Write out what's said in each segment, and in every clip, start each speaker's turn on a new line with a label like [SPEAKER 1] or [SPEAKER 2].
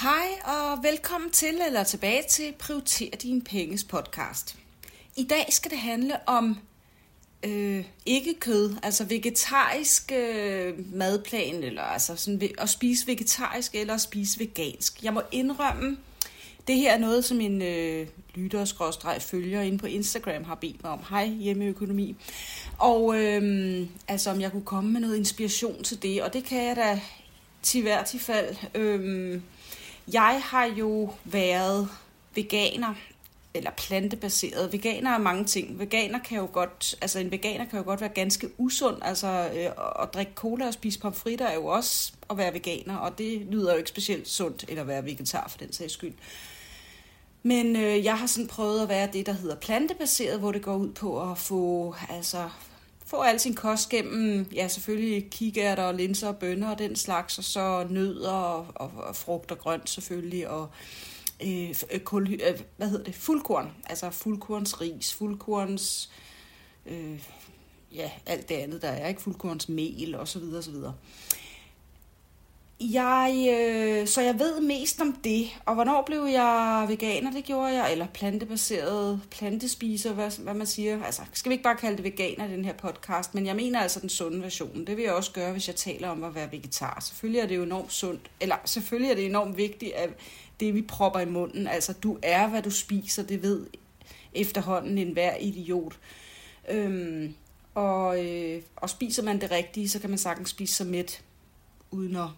[SPEAKER 1] Hej og velkommen til eller tilbage til Prioriter dine penges podcast. I dag skal det handle om ikke kød, altså vegetarisk madplan, eller altså sådan at spise vegetarisk eller at spise vegansk. Jeg må indrømme, det her er noget, som en lytter-følger inde på Instagram har bedt mig om. Hej, hjemmeøkonomi. Og altså om jeg kunne komme med noget inspiration til det, og det kan jeg da til hvert fald. Jeg har jo været veganer, eller plantebaseret. Veganer er mange ting. En veganer kan jo godt være ganske usund. Altså at drikke cola og spise pomfritter er jo også at være veganer, og det lyder jo ikke specielt sundt, eller at være vegetar for den sags skyld. Men jeg har sådan prøvet at være det, der hedder plantebaseret, hvor det går ud på at få al sin kost gennem, ja selvfølgelig kikærter og linser og bønner og den slags, og så nødder og frugt og grønt selvfølgelig, og fuldkorn, altså fuldkornsris, fuldkorns, alt det andet der er, ikke, fuldkornsmel og så videre og så videre. Så jeg ved mest om det, og hvornår blev jeg veganer, det gjorde jeg, eller plantebaseret, plantespiser, hvad man siger. Altså, skal vi ikke bare kalde det veganer i den her podcast, men jeg mener altså den sunde version. Det vil jeg også gøre, hvis jeg taler om at være vegetar. Selvfølgelig er det jo enormt sundt, eller selvfølgelig er det enormt vigtigt, at det vi propper i munden, altså du er, hvad du spiser, det ved efterhånden enhver idiot. Og spiser man det rigtige, så kan man sagtens spise sig mæt, uden at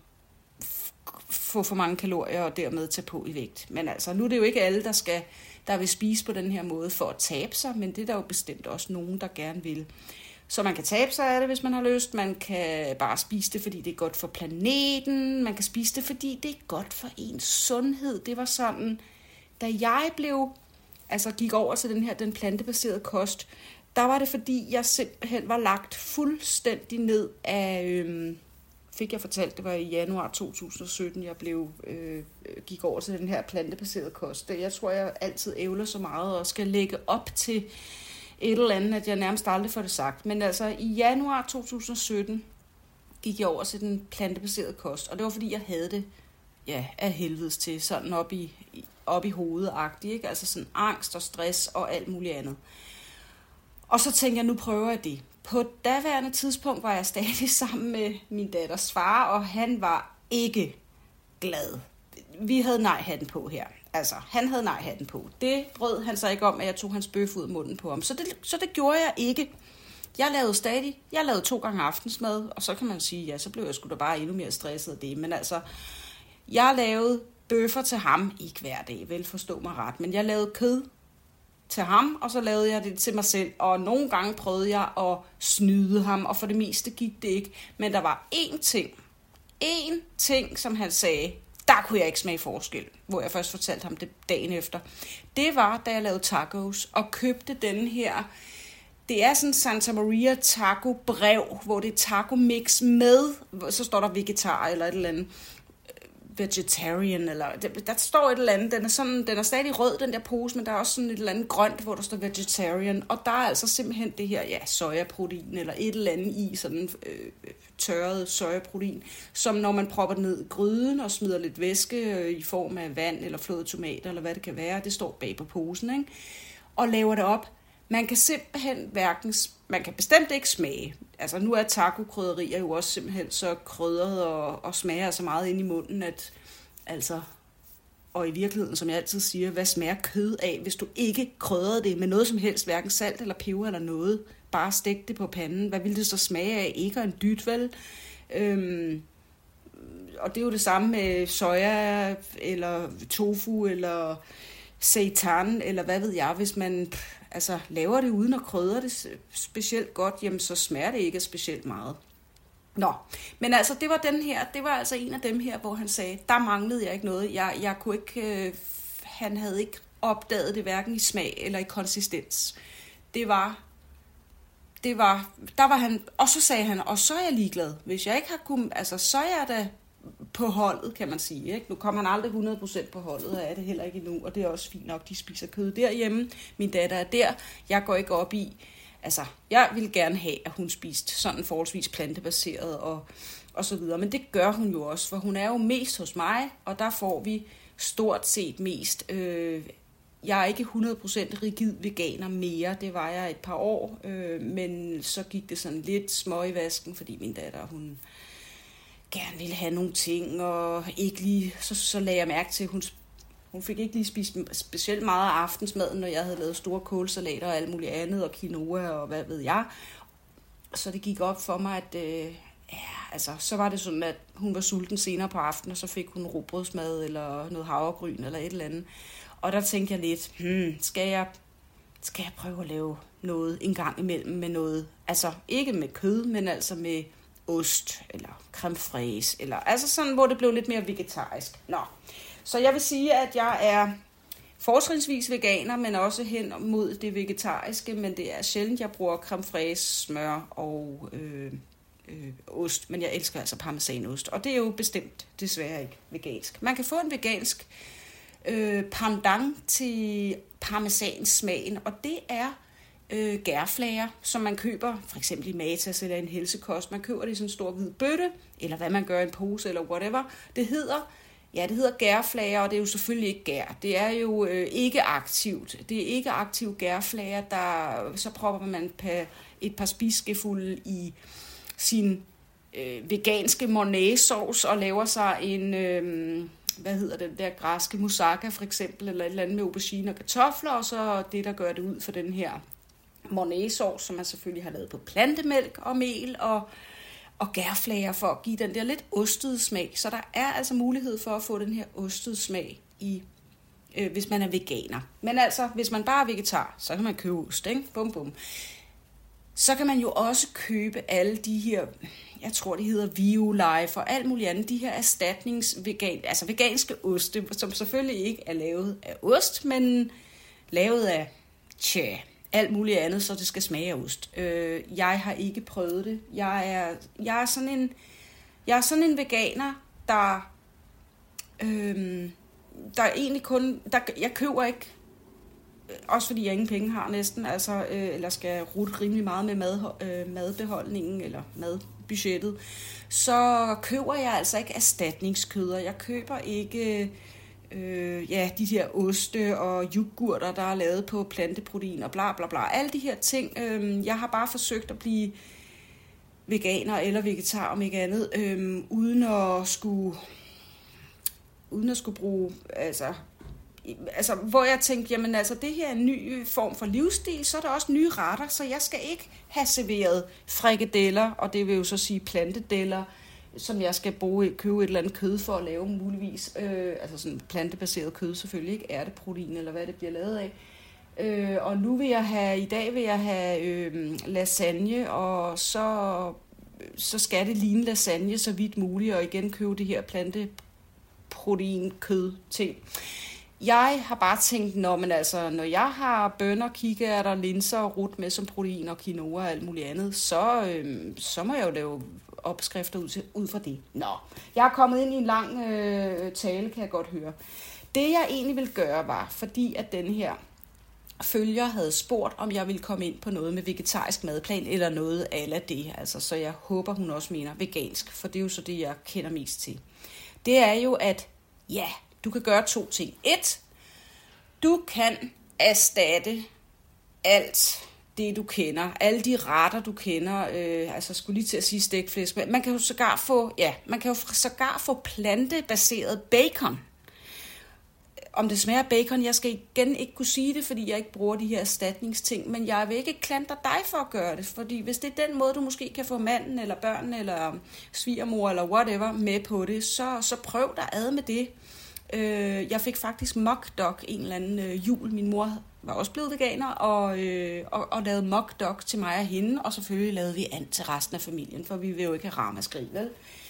[SPEAKER 1] få for mange kalorier og dermed tage på i vægt. Men altså, nu er det jo ikke alle, der vil spise på den her måde for at tabe sig, men det er der jo bestemt også nogen, der gerne vil. Så man kan tabe sig af det, hvis man har lyst. Man kan bare spise det, fordi det er godt for planeten. Man kan spise det, fordi det er godt for ens sundhed. Det var sådan, da jeg gik over til den plantebaserede kost, der var det, fordi jeg simpelthen var lagt fuldstændig ned af... fik jeg fortalt, det var i januar 2017, jeg gik over til den her plantebaserede kost. Jeg tror, jeg altid ævler så meget og skal lægge op til et eller andet, at jeg nærmest aldrig får det sagt. Men altså i januar 2017 gik jeg over til den plantebaserede kost, og det var fordi, jeg havde det af helvedes til, sådan op i hovedet-agtigt, ikke? Altså sådan angst og stress og alt muligt andet. Og så tænkte jeg, nu prøver jeg det. På daværende tidspunkt var jeg stadig sammen med min datters far, og han var ikke glad. Vi havde nej-hatten på her. Altså, han havde nej-hatten på. Det brød han sig ikke om, at jeg tog hans bøf ud af munden på ham. Så det gjorde jeg ikke. Jeg lavede 2 gange aftensmad, og så kan man sige, ja, så blev jeg sgu da bare endnu mere stresset af det. Men altså, jeg lavede bøffer til ham, ikke hver dag, vel forstå mig ret, men jeg lavede kød til ham, og så lavede jeg det til mig selv, og nogle gange prøvede jeg at snyde ham, og for det meste gik det ikke, men der var én ting, som han sagde, der kunne jeg ikke smage forskel, hvor jeg først fortalte ham det dagen efter. Det var, da jeg lavede tacos, og købte den her, det er sådan Santa Maria taco brev, hvor det er taco mix med, så står der vegetar eller et eller andet, vegetarian, eller der står et eller andet, den er stadig rød, den der pose, men der er også sådan et eller andet grønt, hvor der står vegetarian, og der er altså simpelthen det her, sojaprotein, eller et eller andet i, sådan tørret sojaprotein, som når man propper ned i gryden, og smider lidt væske i form af vand, eller flåede tomater, eller hvad det kan være, det står bag på posen, ikke? Og laver det op. Man kan simpelthen man kan bestemt ikke smage. Altså nu er taco-krydderier jo også simpelthen så krydret og smager så meget ind i munden, at altså, og i virkeligheden, som jeg altid siger, hvad smager kød af, hvis du ikke krydrede det med noget som helst, hverken salt eller peber eller noget, bare stik det på panden. Hvad ville det så smage af? Ikke en dyt, vel? Og det er jo det samme med soja, eller tofu, eller seitan, eller hvad ved jeg, hvis man laver det uden at krydre det specielt godt, jamen så smager det ikke specielt meget. Nå, men altså det var altså en af dem her, hvor han sagde, der manglede jeg ikke noget. Jeg kunne ikke, han havde ikke opdaget det hverken i smag eller i konsistens. Der var han, og så sagde han, og så er jeg ligeglad. Hvis jeg ikke har kunnet, så er jeg da på holdet, kan man sige. Ikke? Nu kommer han aldrig 100% på holdet, og er det heller ikke endnu, og det er også fint nok, de spiser kød derhjemme. Min datter er der. Jeg går ikke op i, jeg ville gerne have, at hun spiste sådan forholdsvis plantebaseret, og så videre. Men det gør hun jo også, for hun er jo mest hos mig, og der får vi stort set mest. Jeg er ikke 100% rigid veganer mere, det var jeg et par år, men så gik det sådan lidt små i vasken, fordi min datter, hun gerne ville have nogle ting, og ikke lige, så lagde jeg mærke til, hun fik ikke lige spist specielt meget af aftensmaden, når jeg havde lavet store kålsalater og alt muligt andet, og quinoa og hvad ved jeg. Så det gik op for mig, at så var det sådan, at hun var sulten senere på aftenen, og så fik hun rugbrødsmad eller noget havregryn eller et eller andet. Og der tænkte jeg lidt, skal jeg prøve at lave noget en gang imellem med noget, altså ikke med kød, men altså med ost eller creme fraise, eller altså sådan, hvor det blev lidt mere vegetarisk. Så jeg vil sige, at jeg er fortrinsvis veganer, men også hen mod det vegetariske, men det er sjældent, jeg bruger creme fraise, smør og ost, men jeg elsker altså parmesanost, og det er jo bestemt desværre ikke vegansk. Man kan få en vegansk pendant til parmesansmagen, og det er gærflager, som man køber, for eksempel i Matas eller en helsekost. Man køber det i sådan en stor hvid bøtte, eller hvad man gør i en pose, eller whatever. Det hedder gærflager, og det er jo selvfølgelig ikke gær. Det er jo ikke aktivt. Det er ikke aktiv gærflager, så propper man et par spiseskefulde i sin veganske mornay-sovs og laver sig en, den der græske moussaka for eksempel, eller et eller andet med aubergine og kartofler, og så det, der gør det ud for den her mornay-sovs, som man selvfølgelig har lavet på plantemælk og mel og gærflager for at give den der lidt ostede smag. Så der er altså mulighed for at få den her ostede smag hvis man er veganer. Men altså, hvis man bare er vegetar, så kan man købe ost, ikke? Bum bum. Så kan man jo også købe alle de her, jeg tror det hedder Violife og alt muligt andet, de her veganske oste, som selvfølgelig ikke er lavet af ost, men lavet af alt muligt andet, så det skal smage af ost. Jeg har ikke prøvet det. Jeg er sådan en veganer, der egentlig kun, jeg køber ikke, også fordi jeg ingen penge har næsten, eller skal rute rimelig meget med madbeholdningen eller madbudgettet, så køber jeg altså ikke erstatningskøder. Jeg køber ikke de her oste og yoghurter, der er lavet på planteprotein og bla bla bla. Alle de her ting. Jeg har bare forsøgt at blive veganer eller vegetar, om ikke andet, uden at skulle bruge, hvor jeg tænkte, jamen altså, det her er en ny form for livsstil, så er der også nye retter, så jeg skal ikke have serveret frikadeller, og det vil jo så sige plantedeller, som jeg skal købe et eller andet kød for at lave muligvis, sådan plantebaseret kød selvfølgelig, ikke ærteprotein eller hvad det bliver lavet af. Og nu i dag vil jeg have lasagne, og så skal det ligne lasagne så vidt muligt, og igen købe det her planteprotein kød ting. Jeg har bare tænkt, når jeg har bønner, kikærter, linser og rut med som protein og quinoa og alt muligt andet, så må jeg jo lave opskrifter ud fra det. Jeg er kommet ind i en lang tale, kan jeg godt høre. Det jeg egentlig ville gøre var, fordi at den her følger havde spurgt, om jeg ville komme ind på noget med vegetarisk madplan, eller noget af det, så jeg håber, hun også mener vegansk, for det er jo så det, jeg kender mest til. Det er jo, at du kan gøre 2 ting. 1. Du kan erstatte alt det, du kender. Alle de retter, du kender. Skulle lige til at sige stækflæsk. Man kan jo sågar få plantebaseret bacon. Om det smager bacon, jeg skal igen ikke kunne sige det, fordi jeg ikke bruger de her erstatningsting, men jeg vil ikke klandre dig for at gøre det, fordi hvis det er den måde, du måske kan få manden, eller børnene, eller svigermor, eller whatever med på det, så prøv dig ad med det. Jeg fik faktisk mock dog en eller anden jul. Min mor var også blevet veganer, og lavede mock dog til mig og hende, og selvfølgelig lavede vi and til resten af familien, for vi vil jo ikke have ramaskrig, vel?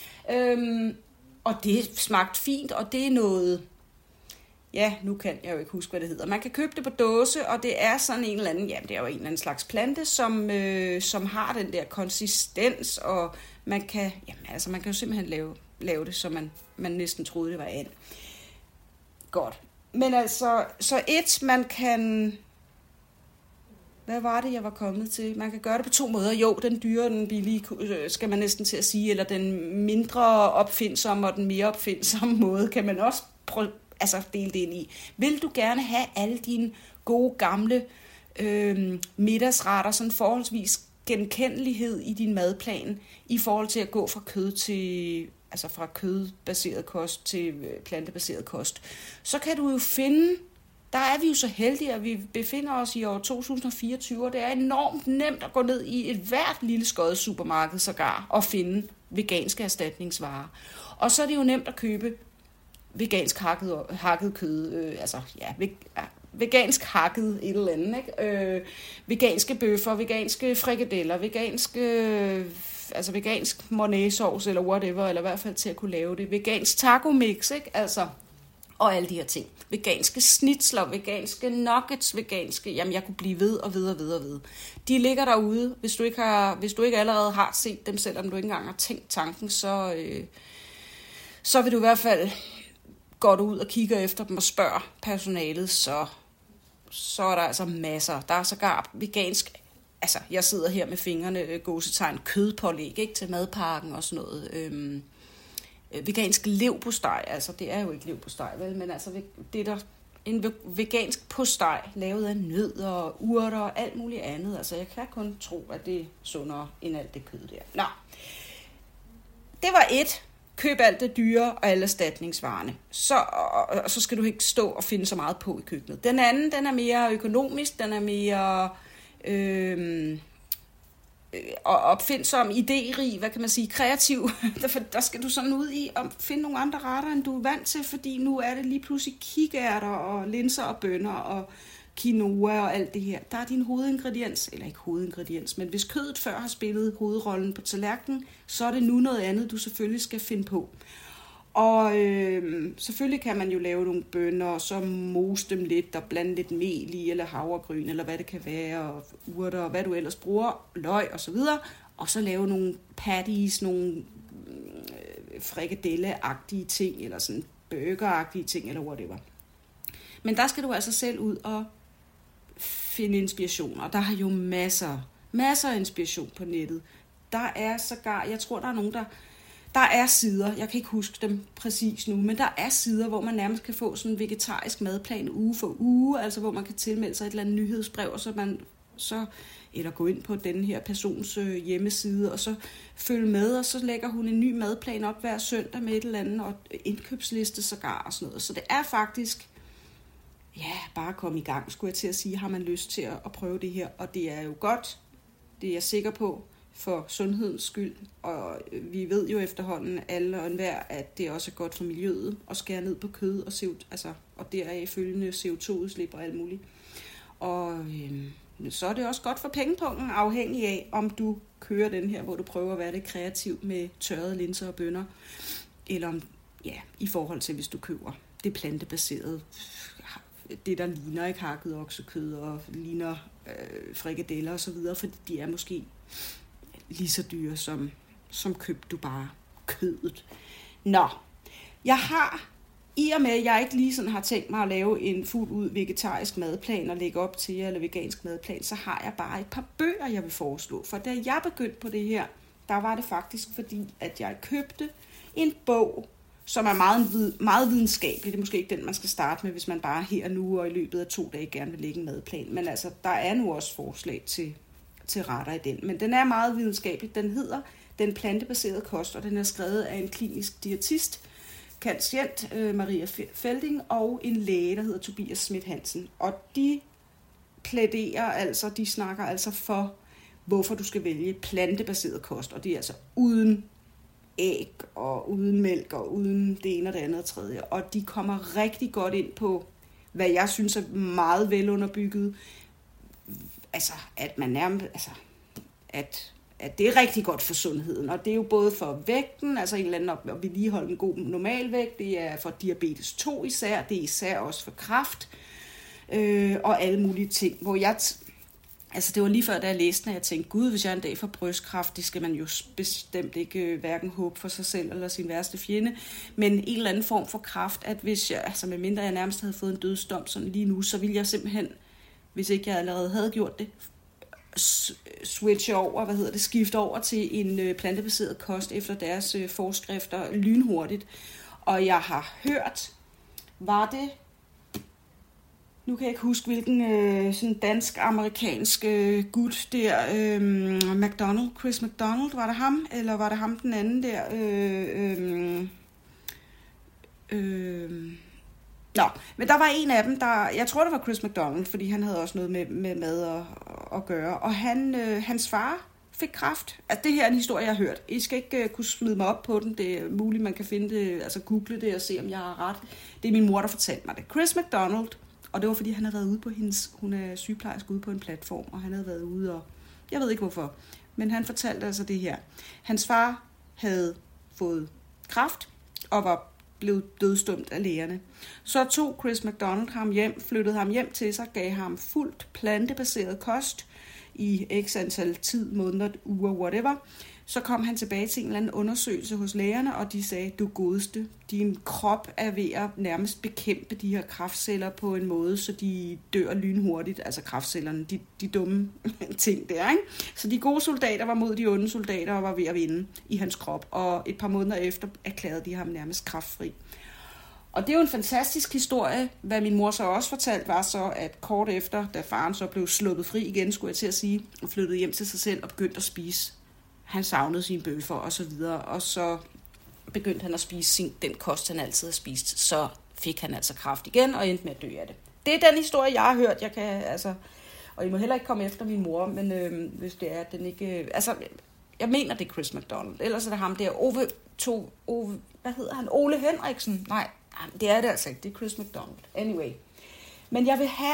[SPEAKER 1] Og det smagte fint, og det er noget... Ja, nu kan jeg jo ikke huske, hvad det hedder. Man kan købe det på dåse, og det er sådan en eller anden, det er jo en eller anden slags plante, som har den der konsistens, og man kan jo simpelthen lave det, så man næsten troede, det var and. Godt. Men man kan Hvad var det, jeg var kommet til? Man kan gøre det på 2 måder. Jo, den dyre og den billige, skal man næsten til at sige, eller den mindre opfindsomme og den mere opfindsomme måde, kan man også dele det ind i. Vil du gerne have alle dine gode, gamle middagsretter, sådan forholdsvis genkendelighed i din madplan, i forhold til at gå fra kød til, altså fra kødbaseret kost til plantebaseret kost, så kan du jo finde. Der er vi jo så heldige, at vi befinder os i år 2024, og det er enormt nemt at gå ned i et hvert lille skøjet supermarked sågar og finde veganske erstatningsvarer. Og så er det jo nemt at købe vegansk hakket kød, vegansk hakket et eller andet, ikke? Veganske bøffer, veganske frikadeller, vegansk mornæsauce eller whatever, eller i hvert fald til at kunne lave det. Vegansk taco mix, ikke? Altså, og alle de her ting. Veganske snitsler, veganske nuggets, jamen jeg kunne blive ved og ved og ved og ved. De ligger derude. Hvis du ikke allerede har set dem, selvom du ikke engang har tænkt tanken, så vil du i hvert fald gå ud og kigger efter dem og spørger personalet, så er der altså masser. Der er sågar vegansk, altså jeg sidder her med fingrene, gåsetegn, kødpålæg, ikke, til madpakken og sådan noget. Vegansk leverpostej, altså det er jo ikke leverpostej, vel, men altså det er der en vegansk postej, lavet af nød og urter og alt muligt andet. Altså jeg kan kun tro, at det er sundere end alt det kød der. Nå, det var et. Køb alt det dyre og alle erstatningsvarerne. Så skal du ikke stå og finde så meget på i køkkenet. Den anden, den er mere økonomisk, den er mere opfindsom, idérig, hvad kan man sige, kreativ. Der skal du sådan ud i at finde nogle andre retter, end du er vant til, fordi nu er det lige pludselig kikærter og linser og bønner og quinoa og alt det her. Der er din hovedingrediens, eller ikke hovedingrediens, men hvis kødet før har spillet hovedrollen på tallerkenen, så er det nu noget andet, du selvfølgelig skal finde på. Og selvfølgelig kan man jo lave nogle bønner, og så mose dem lidt og blande lidt mel i, eller havregryn, eller hvad det kan være, og urter, og hvad du ellers bruger, løg og så videre, og så lave nogle patties, nogle frikadelle-agtige ting, eller sådan burger-agtige ting, eller whatever. Men der skal du altså selv ud og finde inspiration, og der har jo masser af inspiration på nettet. Der er sågar, jeg tror der er nogen, der er sider, jeg kan ikke huske dem præcis nu, men der er sider, hvor man nærmest kan få sådan en vegetarisk madplan uge for uge, altså hvor man kan tilmelde sig et eller andet nyhedsbrev, og eller gå ind på den her persons hjemmeside, og så følge med, og så lægger hun en ny madplan op hver søndag med et eller andet, og indkøbsliste sågar og sådan noget. Så det er faktisk, bare komme i gang, skulle jeg til at sige, har man lyst til at prøve det her, og det er jo godt, det er jeg sikker på, for sundhedens skyld, og vi ved jo efterhånden alle og enhver, at det også er godt for miljøet at skære ned på kød og deraf følgende CO2-udslip og alt muligt. Og så er det også godt for pengepunkten, afhængig af, om du kører den her, hvor du prøver at være lidt kreativ med tørrede linser og bønner, eller om, i forhold til, hvis du køber det plantebaserede, det der ligner ikke hakket oksekød og ligner frikadeller og så videre, fordi de er måske lige så dyre, som købte du bare kødet. Nå, jeg har, i og med at jeg ikke lige sådan har tænkt mig at lave en fuldt ud vegetarisk madplan og lægge op til jer, eller vegansk madplan, så har jeg bare et par bøger, jeg vil foreslå. For da jeg begyndte på det her, der var det faktisk fordi, at jeg købte en bog, som er meget videnskabelig. Det er måske ikke den, man skal starte med, hvis man bare her og nu og i løbet af 2 dage gerne vil lægge en madplan. Men altså, der er nu også forslag til retter i den. Men den er meget videnskabelig. Den hedder Den plantebaserede kost, og den er skrevet af en klinisk diætist, patient Maria Felding, og en læge, der hedder Tobias Schmidt Hansen. Og de snakker altså for, hvorfor du skal vælge plantebaseret kost, og det er altså uden æg og uden mælk og uden det ene og det andet og tredje. Og de kommer rigtig godt ind på, hvad jeg synes er meget velunderbygget. Altså, at man nærmest, at det er rigtig godt for sundheden, og det er jo både for vægten, altså en eller anden at vedligeholde en god normalvægt, det er for diabetes 2 især, det er især også for kræft, og alle mulige ting, hvor det var lige før, da jeg læste den, at jeg tænkte, gud, hvis jeg en dag får brystkræft, det skal man jo bestemt ikke hverken håbe for sig selv eller sin værste fjende, men en eller anden form for kræft, at hvis jeg, medmindre jeg nærmest havde fået en dødsdom sådan lige nu, så ville jeg simpelthen, hvis ikke jeg allerede havde gjort det, switche over, skifte over til en plantebaseret kost efter deres forskrifter lynhurtigt. Og jeg har hørt, var det, nu kan jeg ikke huske, hvilken sådan dansk-amerikansk gut der, Chris McDonald, var det ham? Eller var det ham den anden der? Nå, men der var en af dem, jeg tror det var Chris McDonald, fordi han havde også noget med mad at gøre. Og hans far fik kræft. Altså det her er en historie, jeg har hørt. I skal ikke kunne smide mig op på den. Det er muligt, man kan finde det, altså google det og se, om jeg har ret. Det er min mor, der fortalte mig det. Chris McDonald, og det var fordi, han havde været ude på hun er sygeplejerske ude på en platform, og han havde været ude, og jeg ved ikke hvorfor. Men han fortalte altså det her. Hans far havde fået kræft, og var blevet dødsdømt af lægerne. Så tog Chris McDonald ham hjem, flyttede ham hjem til sig, gav ham fuldt plantebaseret kost i x antal tid, måneder, uger, whatever. Så kom han tilbage til en eller anden undersøgelse hos lægerne, og de sagde, du godeste, din krop er ved at nærmest bekæmpe de her kræftceller på en måde, så de dør lynhurtigt, altså kræftcellerne, de dumme ting der, ikke? Så de gode soldater var mod de onde soldater og var ved at vinde i hans krop, og et par måneder efter erklærede de ham nærmest kræftfri. Og det er jo en fantastisk historie. Hvad min mor så også fortalte, var så, at kort efter, da faren så blev sluppet fri igen, skulle jeg til at sige, og flyttede hjem til sig selv og begyndte at spise. Han savnede sine bøffer og så videre, og så begyndte han at spise den kost, han altid har spist. Så fik han altså kræft igen og endte med at dø af det. Det er den historie, jeg har hørt. Og I må heller ikke komme efter min mor, men hvis det er, at den ikke... jeg mener, det er Chris McDonald. Ellers er det ham der, hvad hedder han? Ole Henriksen? Nej, det er det altså ikke. Det er Chris McDonald. Anyway. Men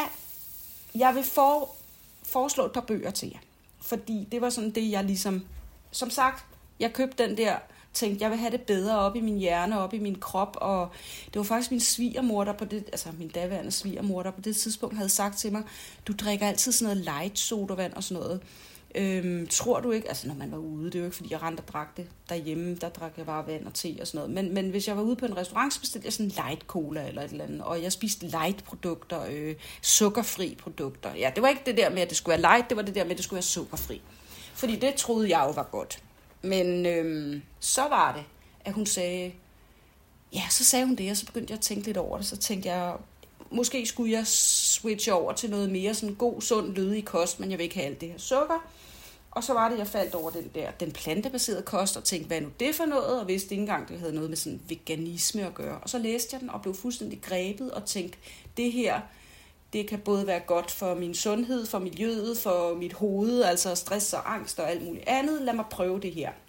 [SPEAKER 1] jeg vil foreslå et par bøger til jer. Fordi det var sådan det, jeg ligesom... Som sagt, jeg købte den der, tænkte, jeg vil have det bedre op i min hjerne, op i min krop, og det var faktisk min svigermor, min daværende svigermor, der på det tidspunkt havde sagt til mig, du drikker altid sådan noget light sodavand og sådan noget. Tror du ikke, altså når man var ude, det er jo ikke fordi jeg rendte og drak det derhjemme, der drak jeg bare vand og te og sådan noget, men hvis jeg var ude på en restaurant, så bestilte jeg sådan light cola eller et eller andet, og jeg spiste light produkter, sukkerfri produkter. Ja, det var ikke det der med, at det skulle være light, det var det der med, at det skulle være sukkerfri. Fordi det troede jeg jo var godt. Men så var det, at hun sagde, ja, så sagde hun det, og så begyndte jeg at tænke lidt over det, så tænkte jeg, måske skulle jeg switche over til noget mere sådan god, sund, lødig kost, men jeg vil ikke have alt det her sukker. Og så var det, jeg faldt over den plantebaserede kost, og tænkte, hvad er nu det for noget? Og vidste ikke engang, det havde noget med sådan veganisme at gøre. Og så læste jeg den, og blev fuldstændig grebet, og tænkte, det her, det kan både være godt for min sundhed, for miljøet, for mit hoved, altså stress og angst og alt muligt andet. Lad mig prøve det her.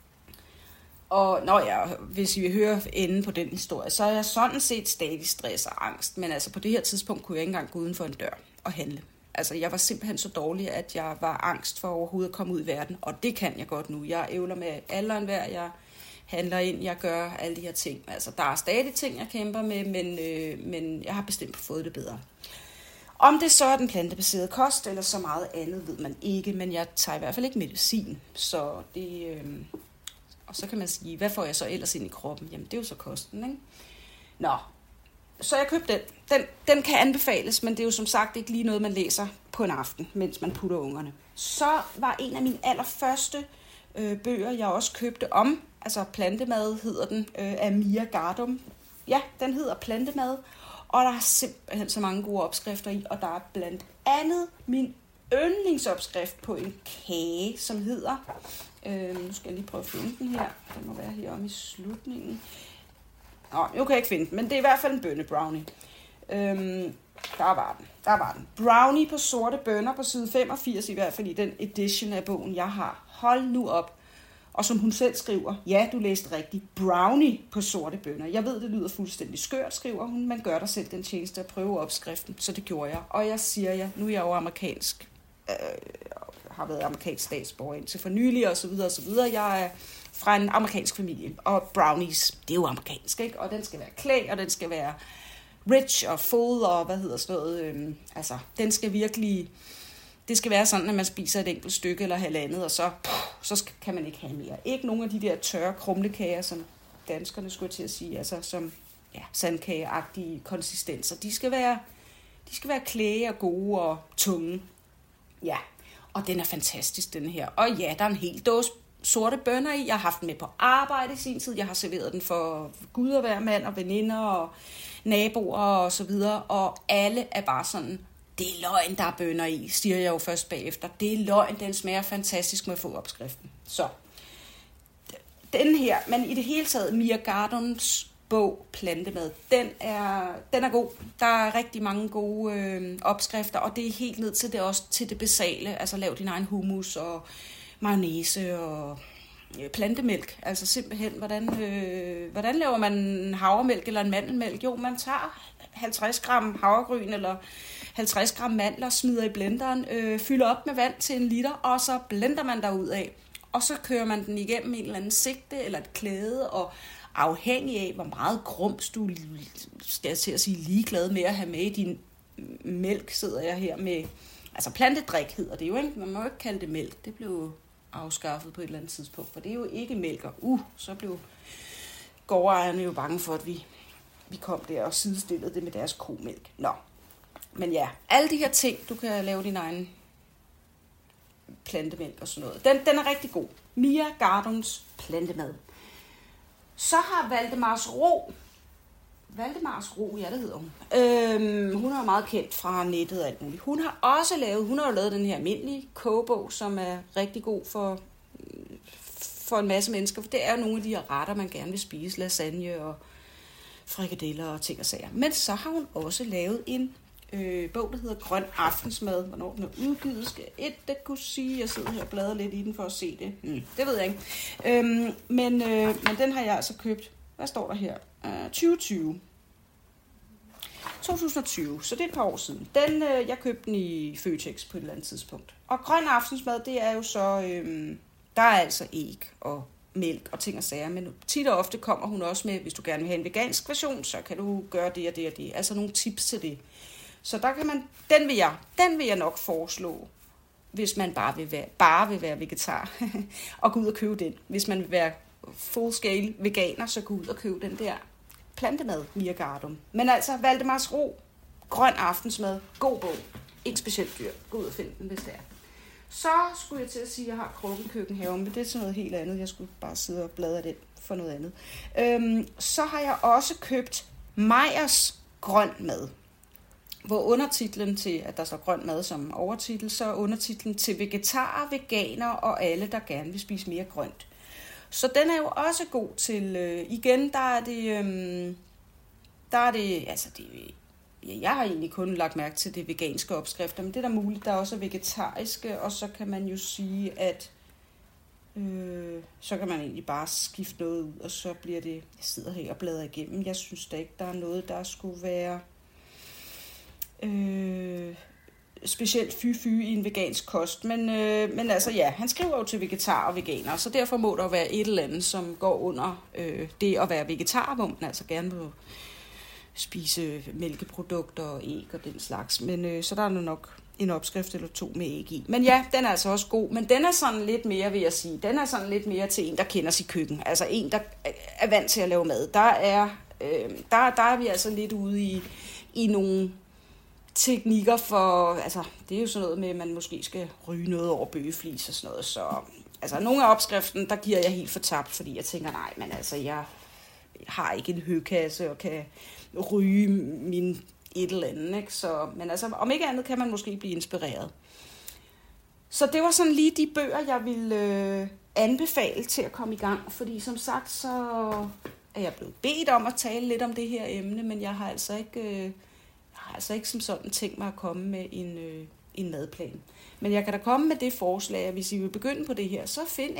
[SPEAKER 1] Og hvis I vil høre enden på den historie, så er jeg sådan set stadig stress og angst. Men altså på det her tidspunkt kunne jeg ikke engang gå uden for en dør og handle. Altså jeg var simpelthen så dårlig, at jeg var angst for overhovedet at komme ud i verden. Og det kan jeg godt nu. Jeg ævler med alle og enhver, jeg handler ind, jeg gør alle de her ting. Altså der er stadig ting, jeg kæmper med, men jeg har bestemt fået det bedre. Om det så er den plantebaserede kost, eller så meget andet, ved man ikke, men jeg tager i hvert fald ikke medicin, så det... Og så kan man sige, hvad får jeg så ellers ind i kroppen? Jamen, det er jo så kosten, ikke? Nå, så jeg købte den. Den kan anbefales, men det er jo som sagt ikke lige noget, man læser på en aften, mens man putter ungerne. Så var en af mine allerførste bøger, jeg også købte om, altså Plantemad hedder den, af Mia Gardum. Ja, den hedder Plantemad, og der er simpelthen så mange gode opskrifter i, og der er blandt andet min yndlingsopskrift på en kage, som hedder... nu skal jeg lige prøve at finde den her. Den må være heromme i slutningen. Nu kan jeg ikke finde den, men det er i hvert fald en bønnebrownie. Der var den. Brownie på sorte bønner på side 85, i hvert fald i den edition af bogen, jeg har. Hold nu op. Og som hun selv skriver, ja, du læste rigtigt, brownie på sorte bønner. Jeg ved, det lyder fuldstændig skørt, skriver hun, men gør dig selv den tjeneste at prøve opskriften, så det gjorde jeg. Og jeg siger nu er jeg jo amerikansk, har været amerikansk statsborger indtil for nylig, og så videre, og så videre. Jeg er fra en amerikansk familie, og brownies, det er jo amerikansk, ikke? Og den skal være klæg, og den skal være rich og full, og hvad hedder sådan noget, den skal virkelig... Det skal være sådan, at man spiser et enkelt stykke eller halvandet, og så kan man ikke have mere. Ikke nogen af de der tørre krumlekager, som danskerne skulle til at sige, altså som sandkageagtige konsistenser. De skal være klæge og gode og tunge. Ja, Og den er fantastisk, den her. Og ja, der er en hel dåse sorte bønner i. Jeg har haft den med på arbejde i sin tid. Jeg har serveret den for Gud og hver mand og veninder og naboer og så videre. Og alle er bare sådan, det er løgn, der er bønner i, siger jeg jo først bagefter. Det er løgn, den smager fantastisk med at få opskriften. Så, den her, men i det hele taget, Mia Gardons bog Plantemad, den er god. Der er rigtig mange gode opskrifter, og det er helt ned til det også til det basale. Altså lav din egen hummus og mayonnaise og plantemælk. Altså simpelthen, hvordan laver man havremælk eller en mandelmælk? Jo, man tager 50 gram havregryn eller 50 gram mandler, smider i blenderen, fylder op med vand til 1 liter, og så blender man derud af. Og så kører man den igennem en eller anden sigte eller et klæde, og afhængig af, hvor meget grums du skal jeg til at sige ligeglad med at have med i din mælk, sidder jeg her med. Altså plantedrik hedder det jo, ikke? Man må jo ikke kalde det mælk. Det blev afskaffet på et eller andet tidspunkt, for det er jo ikke mælk. Og så blev gårdejerne jo bange for, at vi kom der og sidestillede det med deres komælk. Nå, men ja, alle de her ting, du kan lave din egen plantemælk og sådan noget. Den er rigtig god. Mia Gardons plantemad. Så har Valdemars Ro, ja, det hedder hun. Hun er meget kendt fra nettet og alt muligt. Hun har jo lavet den her almindelige kogebog, som er rigtig god for en masse mennesker, for det er jo nogle af de her retter, man gerne vil spise, lasagne og frikadeller og ting og sager. Men så har hun også lavet en bog, der hedder Grøn Aftensmad. Hvornår den er udgivet, skal jeg ikke kunne sige. Jeg sidder her og bladrer lidt i den for at se det. Det ved jeg ikke. Men den har jeg altså købt. Hvad står der her? 2020, så det er et par år siden. Jeg købte den i Føtex på et eller andet tidspunkt. Og grøn aftensmad, det er jo så, der er altså æg og mælk og ting og sager, men tit og ofte kommer hun også med, hvis du gerne vil have en vegansk version, så kan du gøre det og det og det. Altså nogle tips til det. Så der kan man, den vil jeg nok foreslå, hvis man bare vil være vegetar, og gå ud og købe den. Hvis man vil være full-scale veganer, så gå ud og købe den der plantemad, Mia Gardon. Men altså, Valdemars Ro, grøn aftensmad, god bog. Ikke specielt dyr. Gå ud og find den, hvis det er. Så skulle jeg til at sige, at jeg har Krukken Køkkenhave, men det er sådan noget helt andet. Jeg skulle bare sidde og bladre den for noget andet. Så har jeg også købt Meyers grøn mad, hvor undertitlen til, at der står grøn mad som overtitel, så er undertitlen til vegetarer, veganer og alle, der gerne vil spise mere grønt. Så den er jo også god til, igen, jeg har egentlig kun lagt mærke til det veganske opskrifter, men det er da muligt, der også er vegetariske, og så kan man jo sige, at så kan man egentlig bare skifte noget ud, og så bliver det, jeg sidder her og bladrer igennem, jeg synes da ikke, der er noget, der skulle være specielt fy i en vegansk kost, men altså ja, han skriver jo til vegetar og veganer, så derfor må der være et eller andet, som går under det at være vegetar, hvor man altså gerne vil spise mælkeprodukter og æg og den slags, men så der er nok en opskrift eller 2 med æg i. Men ja, den er altså også god, men den er sådan lidt mere, vil jeg sige, den er sådan lidt mere til en, der kender sit køkken, altså en, der er vant til at lave mad. Der er vi altså lidt ude i nogle teknikker for, altså det er jo sådan noget med, at man måske skal ryge noget over bøgeflis og sådan noget, så altså nogle af opskriften, der giver jeg helt fortabt, fordi jeg tænker, nej, men altså jeg har ikke en høkasse og kan ryge min et eller andet, ikke? Så, men altså om ikke andet kan man måske blive inspireret. Så det var sådan lige de bøger, jeg ville anbefale til at komme i gang, fordi som sagt, så er jeg blevet bedt om at tale lidt om det her emne, men jeg har altså ikke som sådan tænkt mig at komme med en madplan. Men jeg kan da komme med det forslag, at hvis I vil begynde på det her, så find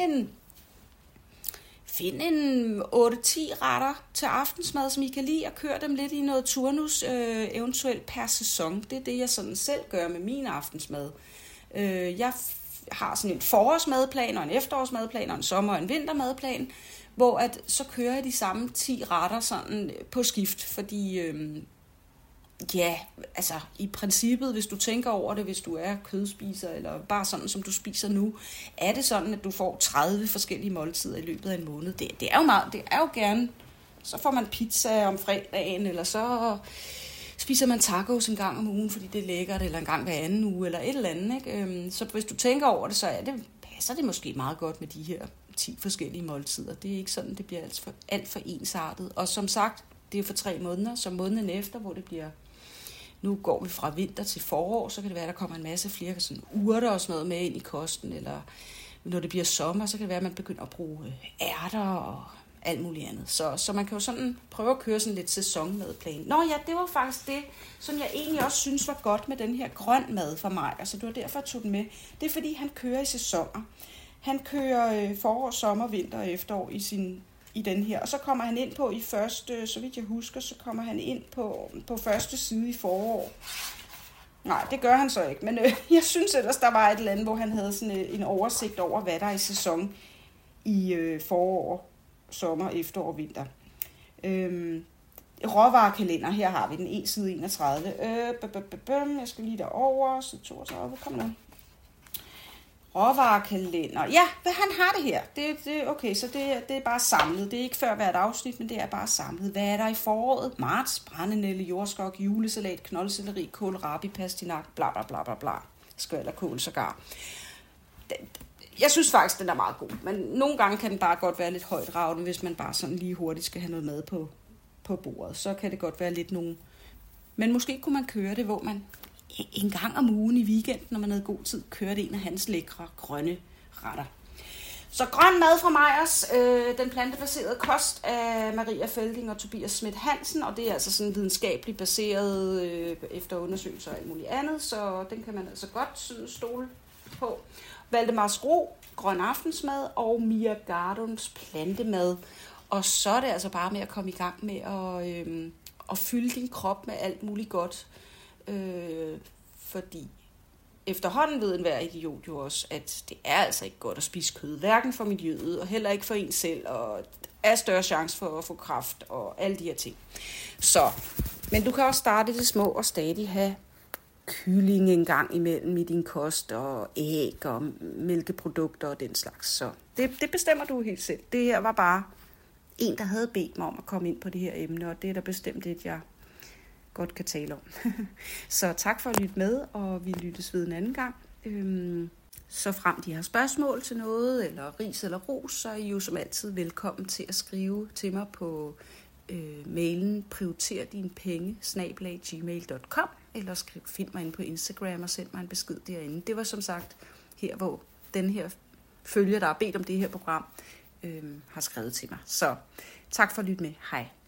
[SPEAKER 1] en 8-10 retter til aftensmad, som I kan lide, og kør dem lidt i noget turnus, eventuelt per sæson. Det er det, jeg sådan selv gør med min aftensmad. Jeg har sådan en forårsmadplan, og en efterårsmadplan, og en sommer- og en vintermadplan, hvor at så kører jeg de samme 10 retter sådan på skift, fordi ja, altså i princippet, hvis du tænker over det, hvis du er kødspiser, eller bare sådan, som du spiser nu, er det sådan, at du får 30 forskellige måltider i løbet af en måned. Det er jo meget, det er jo gerne, så får man pizza om fredagen, eller så spiser man tacos en gang om ugen, fordi det er lækkert, eller en gang hver anden uge, eller et eller andet. Ikke? Så hvis du tænker over det, så passer det måske meget godt med de her 10 forskellige måltider. Det er ikke sådan, det bliver alt for ensartet. Og som sagt, det er for 3 måneder, så måneden efter, hvor det bliver... Nu går vi fra vinter til forår, så kan det være, der kommer en masse flere sådan urter og sådan noget med ind i kosten, eller når det bliver sommer, så kan det være, at man begynder at bruge ærter og alt muligt andet. Så man kan jo sådan prøve at køre sådan lidt sæsonmadplan. Nå ja, det var faktisk det, som jeg egentlig også synes var godt med den her grøn mad for mig. Altså det var derfor, jeg tog den med. Det er fordi, han kører i sæsoner. Han kører forår, sommer, vinter og efterår i den her. Og så kommer han ind på i første, så vidt jeg husker, så kommer han ind på første side i forår. Nej, det gør han så ikke. Men jeg synes ellers, der var et eller andet, hvor han havde sådan en oversigt over, hvad der er i sæson i forår, sommer, efterår og vinter. Råvarekalender, her har vi den, side 31. Jeg skal lige derover, side 32, kom nu. Råvarekalender. Ja, hvad han har det her. Okay, så det er bare samlet. Det er ikke før hvert afsnit, men det er bare samlet. Hvad er der i foråret? Marts, brændenælde, jordskok, julesalat, knoldselleri, kålrabi, pastinak, bla bla bla bla bla. Skvalderkål sågar. Jeg synes faktisk, den er meget god. Men nogle gange kan den bare godt være lidt højt ravende, hvis man bare sådan lige hurtigt skal have noget mad på bordet. Så kan det godt være lidt nogen. Men måske kunne man køre det, hvor man en gang om ugen i weekenden, når man havde god tid, kørte en af hans lækre grønne retter. Så grøn mad fra Meyers, den plantebaserede kost af Maria Felding og Tobias Schmidt Hansen, og det er altså sådan videnskabeligt baseret efter undersøgelser og alt muligt andet, så den kan man altså godt stole på. Valdemars Ro, grøn aftensmad, og Mia Gardums plantemad. Og så er det altså bare med at komme i gang med at fylde din krop med alt muligt godt. Fordi efterhånden ved enhver idiot jo også, at det er altså ikke godt at spise kød, hverken for miljøet og heller ikke for en selv, og er større chance for at få kræft og alle de her ting. Så, men du kan også starte det små og stadig have kylling en gang imellem i din kost, og æg og mælkeprodukter og den slags. Så det bestemmer du helt selv. Det her var bare en, der havde bedt mig om at komme ind på det her emne, og det er da bestemt det, jeg godt kan tale om. Så tak for at lytte med, og vi lyttes ved en anden gang. Så frem de har spørgsmål til noget, eller ris eller ros, så er I jo som altid velkommen til at skrive til mig på mailen prioriterdinepenge@gmail.com, eller find mig inde på Instagram og send mig en besked derinde. Det var som sagt her, hvor den her følger, der har bedt om det her program, har skrevet til mig. Så tak for at lytte med. Hej.